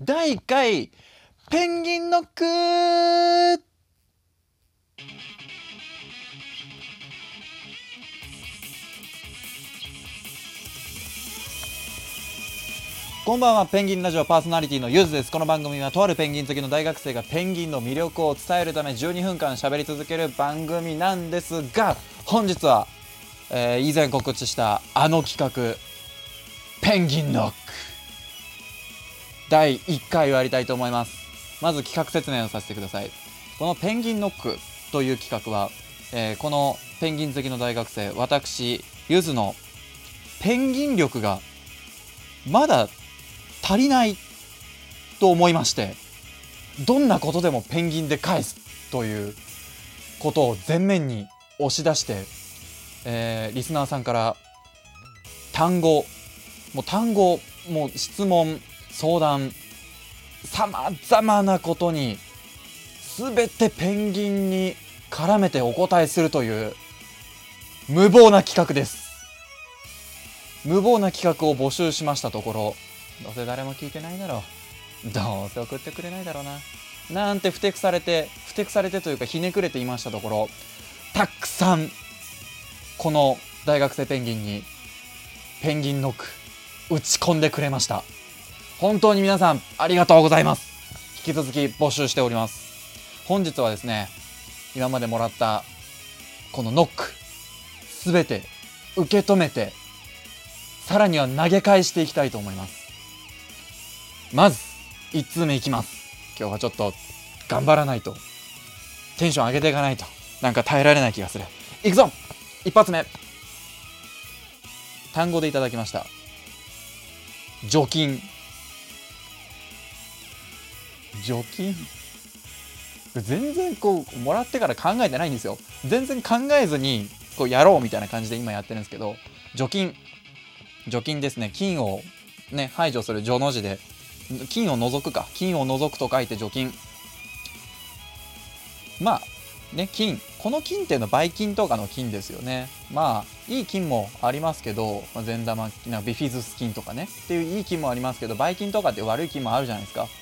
第1回ペンギンノック。こんばんは。ペンギンラジオパーソナリティのゆずです。この番組はとあるペンギン好きの大学生がペンギンの魅力を伝えるため12分間喋り続ける番組なんですが、本日は、以前告知したあの企画ペンギンノック第1回をやりたいと思います。まず企画説明をさせてください。このペンギンノックという企画は、このペンギン好きの大学生私ゆずのペンギン力がまだ足りないと思いまして、どんなことでもペンギンで返すということを前面に押し出して、リスナーさんから単語、もう質問、相談、さまざまなことに全てペンギンに絡めてお答えするという無謀な企画です。無謀な企画を募集しましたところ、どうせ誰も聞いてないだろう、どうせ送ってくれないだろうな、なんてふてくされてというかひねくれていましたところ、たくさんこの大学生ペンギンにペンギンノック打ち込んでくれました。本当に皆さんありがとうございます。引き続き募集しております。本日はですね、今までもらったこのノックすべて受け止めて、さらには投げ返していきたいと思います。まず1通目いきます。今日はちょっと頑張らないと、テンション上げていかないとなんか耐えられない気がする。いくぞ。一発目、単語でいただきました。除菌。全然こうもらってから考えてないんですよ。全然考えずにこうやろうみたいな感じで今やってるんですけど、除菌ですね。菌をね排除する除の字で菌を除くと書いて除菌。まあね、菌、この菌っていうのはばい菌とかの菌ですよね。まあいい菌もありますけど、善玉ビフィズス菌とかねっていういい菌もありますけど、ばい菌とかって悪い菌もあるじゃないですか。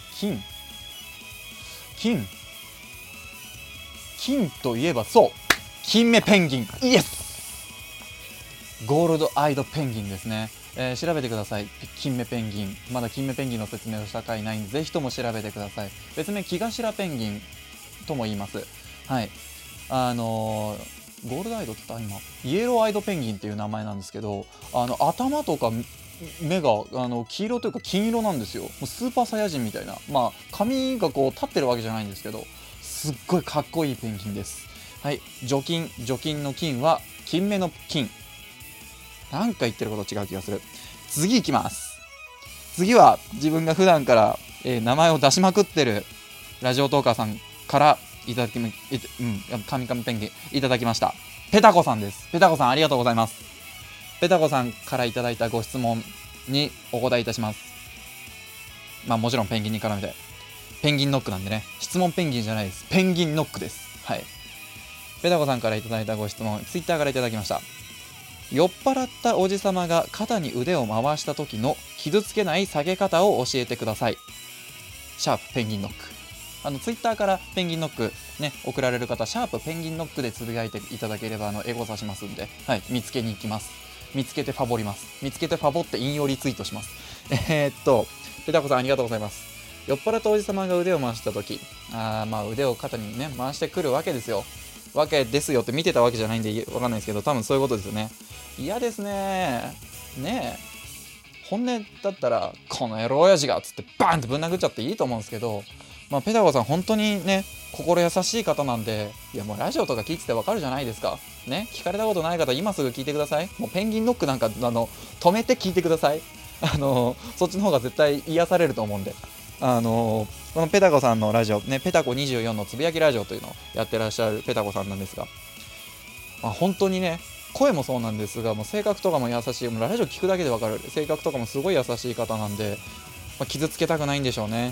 菌といえば、そう、金目ペンギン、イエス、ゴールドアイドペンギンですね。調べてください。金目ペンギン、まだ金目ペンギンの説明をした回ないんで、ぜひとも調べてください。別名キガシラペンギンとも言います。はい、ゴールドアイドって言った今イエローアイドペンギンっていう名前なんですけど、頭とか目が黄色というか金色なんですよ。もうスーパーサイヤ人みたいな、まあ髪がこう立ってるわけじゃないんですけど、すっごいかっこいいペンギンです。はい、除菌の菌は金目の菌。なんか言ってること違う気がする。次いきます。次は自分が普段から、名前を出しまくってるラジオトーカーさんからいただきカミカミペンギンいただきました。ペタコさんです。ペタコさんありがとうございます。ペタコさんからいただいたご質問にお答えいたします。まあもちろんペンギンに絡めて、ペンギンノックなんでね、質問ペンギンじゃないです。ペンギンノックです。はい。ペタコさんからいただいたご質問、ツイッターからいただきました。酔っ払ったおじさまが肩に腕を回した時の傷つけない下げ方を教えてください。シャープペンギンノック。ツイッターからペンギンノックね送られる方、シャープペンギンノックでつぶやいていただければエゴさしますんで、はい、見つけに行きます。見つけてファボります。見つけてファボって引用リツイートします。ペタコさんありがとうございます。酔っ払ったおじさまが腕を回した時、まあ腕を肩にね回してくるわけですよって見てたわけじゃないんでわかんないですけど、多分そういうことですよね。嫌ですね。ねえ、本音だったらこのエロ親父がっつってバーンってぶん殴っちゃっていいと思うんですけど、まあ、ペタコさん本当にね心優しい方なんで、いやもうラジオとか聞いててわかるじゃないですかね。聞かれたことない方今すぐ聞いてください。もうペンギンノックなんか止めて聞いてください。そっちの方が絶対癒されると思うんで、このペタコさんのラジオね、ペタコ24のつぶやきラジオというのをやってらっしゃるペタコさんなんですが、まあ、本当にね声もそうなんですが、もう性格とかも優しい、もうラジオ聞くだけでわかる性格とかもすごい優しい方なんで、まあ、傷つけたくないんでしょうね。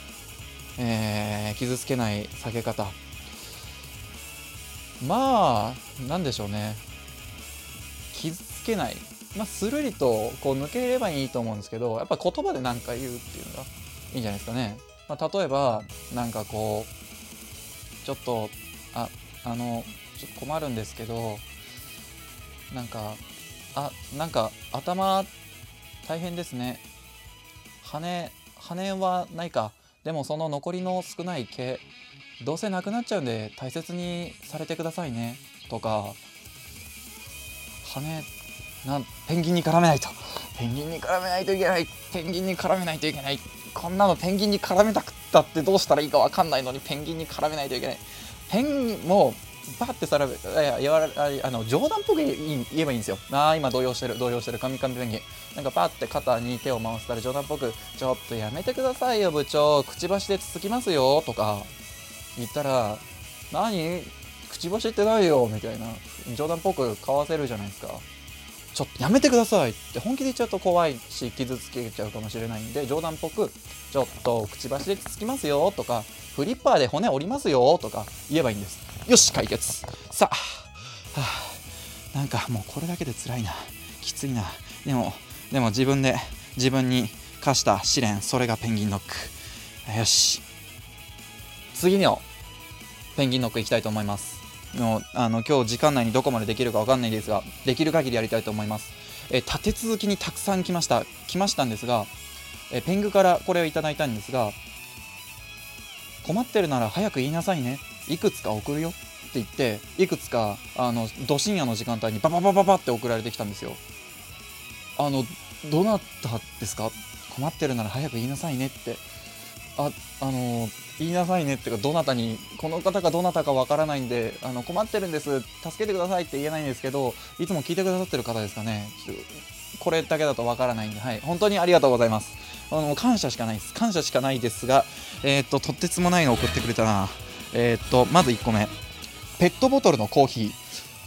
傷つけない避け方、まあなんでしょうね、傷つけない、まあスルリとこう抜ければいいと思うんですけど、やっぱ言葉で何か言うっていうのがいいんじゃないですかね。例えばなんかこうちょっとちょっと困るんですけど、なんか頭大変ですね。羽はないか。でもその残りの少ない毛どうせなくなっちゃうんで大切にされてくださいねとか、ペンギンに絡めないといけない、こんなのペンギンに絡めたくったってどうしたらいいか分かんないのにペンギンに絡めないといけない。ペンギンもバッて冗談っぽく言えばいいんですよ。今動揺してるカミカミペンギン、なんかパッて肩に手を回したら冗談っぽく、ちょっとやめてくださいよ部長、くちばしでつつきますよとか言ったら、何くちばしってないよみたいな冗談っぽくかわせるじゃないですか。ちょっとやめてくださいって本気で言っちゃうと怖いし傷つけちゃうかもしれないんで、冗談っぽくちょっとくちばしでつつきますよとか、フリッパーで骨折りますよとか言えばいいんです。よし解決。さあ、なんかもうこれだけで辛いな、きついな。でも自分に課した試練、それがペンギンノック。よし、次のペンギンノックいきたいと思います。今日時間内にどこまでできるか分かんないですが、できる限りやりたいと思います。立て続きにたくさん来ましたんですが、ペングからこれをいただいたんですが、困ってるなら早く言いなさいね、いくつか送るよって言って、いくつかど深夜の時間帯にバババババって送られてきたんですよ。どなたですか？困ってるなら早く言いなさいねって、言いなさいねってか、どなたに、この方がどなたかわからないんで困ってるんです、助けてくださいって言えないんですけど、いつも聞いてくださってる方ですかね。これだけだとわからないんで、はい、本当にありがとうございます。感謝しかないですが、とてつもないのを送ってくれたな。まず1個目、ペットボトルのコーヒー。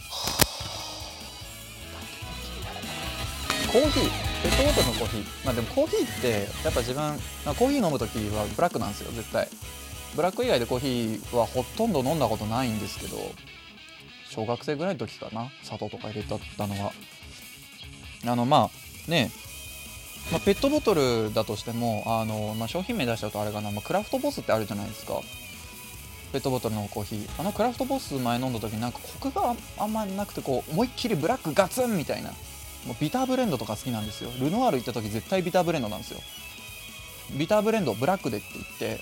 ペットボトルのコーヒー、でもコーヒーってやっぱ自分、コーヒー飲むときはブラックなんですよ。絶対ブラック以外でコーヒーはほとんど飲んだことないんですけど、小学生ぐらいの時かな、砂糖とか入れたのは。ペットボトルだとしても商品名出しちゃうとあれかな、クラフトボスってあるじゃないですか。ペットボトルのコーヒー、クラフトボス前飲んだ時なんかコクがあんまなくて、こう思いっきりブラックガツンみたいな、もうビターブレンドとか好きなんですよ。ルノワール行った時絶対ビターブレンドなんですよ。ビターブレンドブラックでって言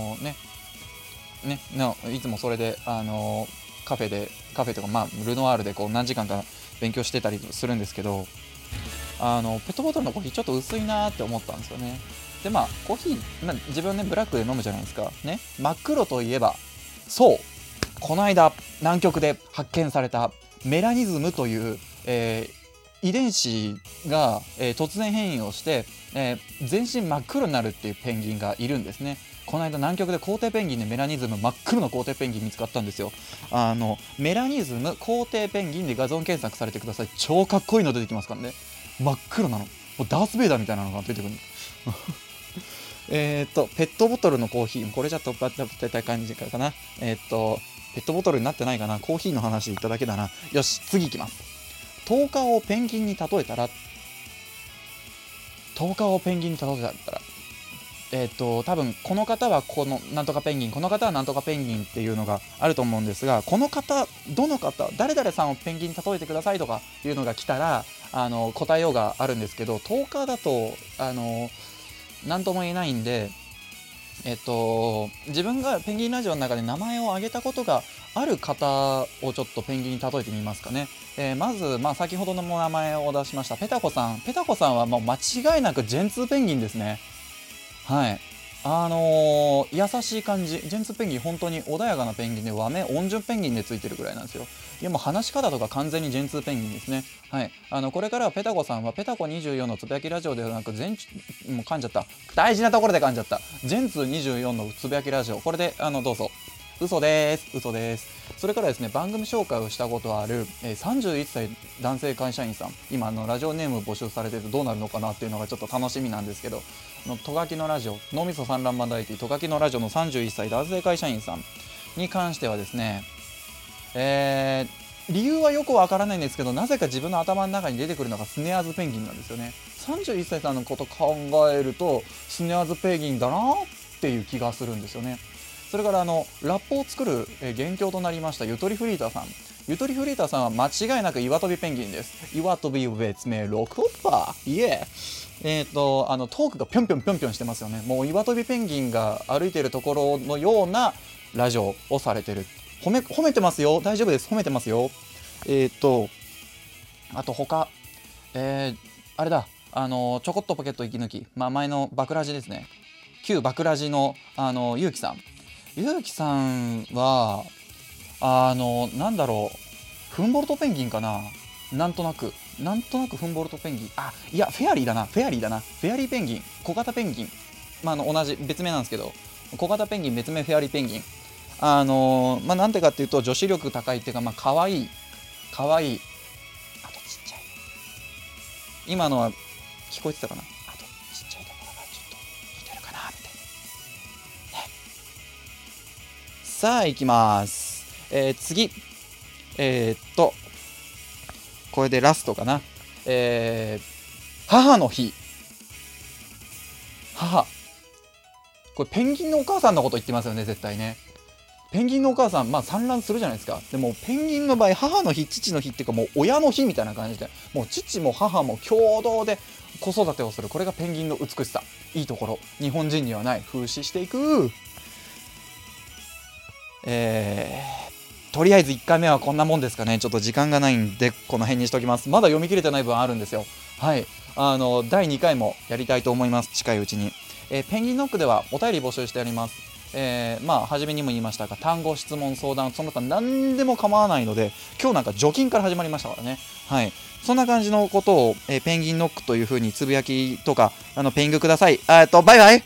っていつもそれでカフェとかルノワールでこう何時間か勉強してたりするんですけど、ペットボトルのコーヒーちょっと薄いなって思ったんですよね。でコーヒー、自分ねブラックで飲むじゃないですかね。真っ黒といえば、そう、この間南極で発見されたメラニズムという、遺伝子が、突然変異をして、全身真っ黒になるっていうペンギンがいるんですね。この間南極でコウテイペンギンでメラニズム真っ黒のコウテイペンギン見つかったんですよ。メラニズムコウテイペンギンで画像検索されてください。超かっこいいの出てきますからね。真っ黒なの、もうダースベイダーみたいなのが出てくるペットボトルのコーヒー、これじゃとバッてた感じかな。ペットボトルになってないかな、コーヒーの話で言っただけだな。よし、次いきます。10日をペンギンに例えたら、多分この方はこのなんとかペンギン、この方はなんとかペンギンっていうのがあると思うんですが、この方、どの方、誰々さんをペンギンに例えてくださいとかいうのが来たら答えようがあるんですけど、10日だと何とも言えないんで、自分がペンギンラジオの中で名前を挙げたことがある方をちょっとペンギンに例えてみますかね。まず、先ほどの名前を出しましたペタコさんはもう間違いなくジェンツーペンギンですね。はい、優しい感じ、ジェンツーペンギン本当に穏やかなペンギンで、和名温順ペンギンでついてるぐらいなんですよ。いやもう話し方とか完全にジェンツーペンギンですね。はい、これからはペタコさんはペタコ24のつぶやきラジオではなくもう噛んじゃった、大事なところで噛んじゃった、ジェンツー24のつぶやきラジオ、これでどうぞ。嘘です。それからですね、番組紹介をしたことある、31歳男性会社員さん、今ラジオネーム募集されててどうなるのかなっていうのがちょっと楽しみなんですけど、トガキのラジオ、脳みそ産卵バラエティトガキのラジオの31歳男性会社員さんに関してはですね、 理由はよくわからないんですけど、なぜか自分の頭の中に出てくるのがスネアーズペンギンなんですよね。31歳さんのこと考えるとスネアーズペンギンだなっていう気がするんですよね。それからラップを作る元凶となりましたゆとりフリーターさん。ゆとりフリーターさんは間違いなく岩飛びペンギンです。岩飛び別名ロコッパーイエートークがぴょんぴょんぴょんぴょんしてますよね。もう岩飛びペンギンが歩いているところのようなラジオをされてる。褒めてますよ、大丈夫です、褒めてますよ。あと他あれだ、ちょこっとポケット息抜き、前のバクラジですね、旧バクラジのゆうきさん。ゆうきさんはなんだろう、フンボルトペンギンかな、なんとなくフンボルトペンギン、いやフェアリーだな、フェアリーペンギン、小型ペンギン、同じ別名なんですけど、小型ペンギン別名フェアリーペンギン。なんてかっていうと女子力高いっていうか、かわいい、あとちっちゃい、今のは聞こえてたかな、あとちっちゃいところがちょっと似てるかなみたいなね。さあ行きます。次これでラストかな。母の日。これペンギンのお母さんのこと言ってますよね、絶対ね。ペンギンのお母さん、産卵するじゃないですか。でもペンギンの場合、母の日、父の日っていうか、もう親の日みたいな感じで、もう父も母も共同で子育てをする。これがペンギンの美しさ、いいところ、日本人にはない。風刺していく。とりあえず1回目はこんなもんですかね。ちょっと時間がないんでこの辺にしておきます。まだ読み切れてない分あるんですよ。はい、第2回もやりたいと思います、近いうちに。ペンギンノックではお便り募集してあります。初めにも言いましたが、単語、質問、相談、その他何でも構わないので、今日なんか除菌から始まりましたからね。はい、そんな感じのことを、ペンギンノックという風につぶやきとかペングください。バイバイ。